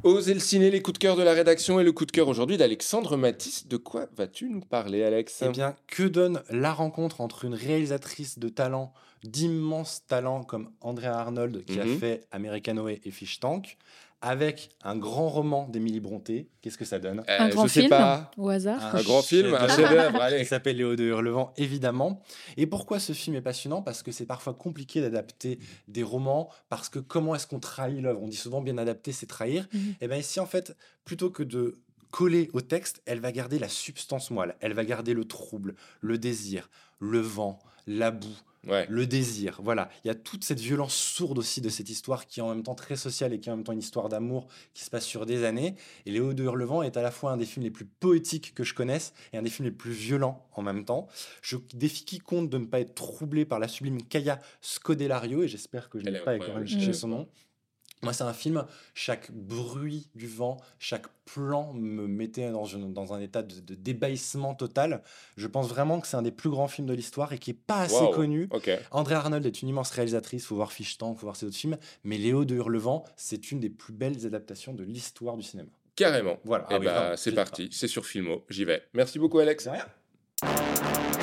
Oser le ciné, les coups de cœur de la rédaction et le coup de cœur aujourd'hui d'Alexandre Matisse. De quoi vas-tu nous parler, Alex? Eh bien, que donne la rencontre entre une réalisatrice de talent, d'immense talent comme Andrea Arnold, qui a fait American Way et Fish Tank, avec un grand roman d'Émilie Brontë? Qu'est-ce que ça donne? Un grand Je sais film, pas. au hasard. Un grand film, un chef-d'œuvre. chef-d'œuvre, allez. Il s'appelle Léo de Hurlevent, évidemment. Et pourquoi ce film est passionnant? Parce que c'est parfois compliqué d'adapter des romans, parce que comment est-ce qu'on trahit l'œuvre? On dit souvent bien adapter, c'est trahir. Et bien ici, en fait, plutôt que de coller au texte, elle va garder la substance moelle. Elle va garder le trouble, le désir, le vent, la boue. Ouais. Le désir, voilà. Il y a toute cette violence sourde aussi de cette histoire qui est en même temps très sociale et qui est en même temps une histoire d'amour qui se passe sur des années. Et Léo de Hurlevent est à la fois un des films les plus poétiques que je connaisse et un des films les plus violents en même temps. Je défie quiconque de ne pas être troublé par la sublime Kaya Scodelario, et j'espère que je Elle n'ai est pas incroyable. écorché chercher son nom. Moi, c'est un film, chaque bruit du vent, chaque plan me mettait dans un état de débahissement total. Je pense vraiment que c'est un des plus grands films de l'histoire et qui n'est pas assez Waouh, connu. ok. Andrea Arnold est une immense réalisatrice, il faut voir Fish Tank, il faut voir ses autres films, mais Léo de Hurlevent, c'est une des plus belles adaptations de l'histoire du cinéma. Carrément. Voilà. Et Ah oui, bah, vraiment, c'est j'hésite parti, c'est sur Filmo, j'y vais. Merci beaucoup, Alex. pas. De rien.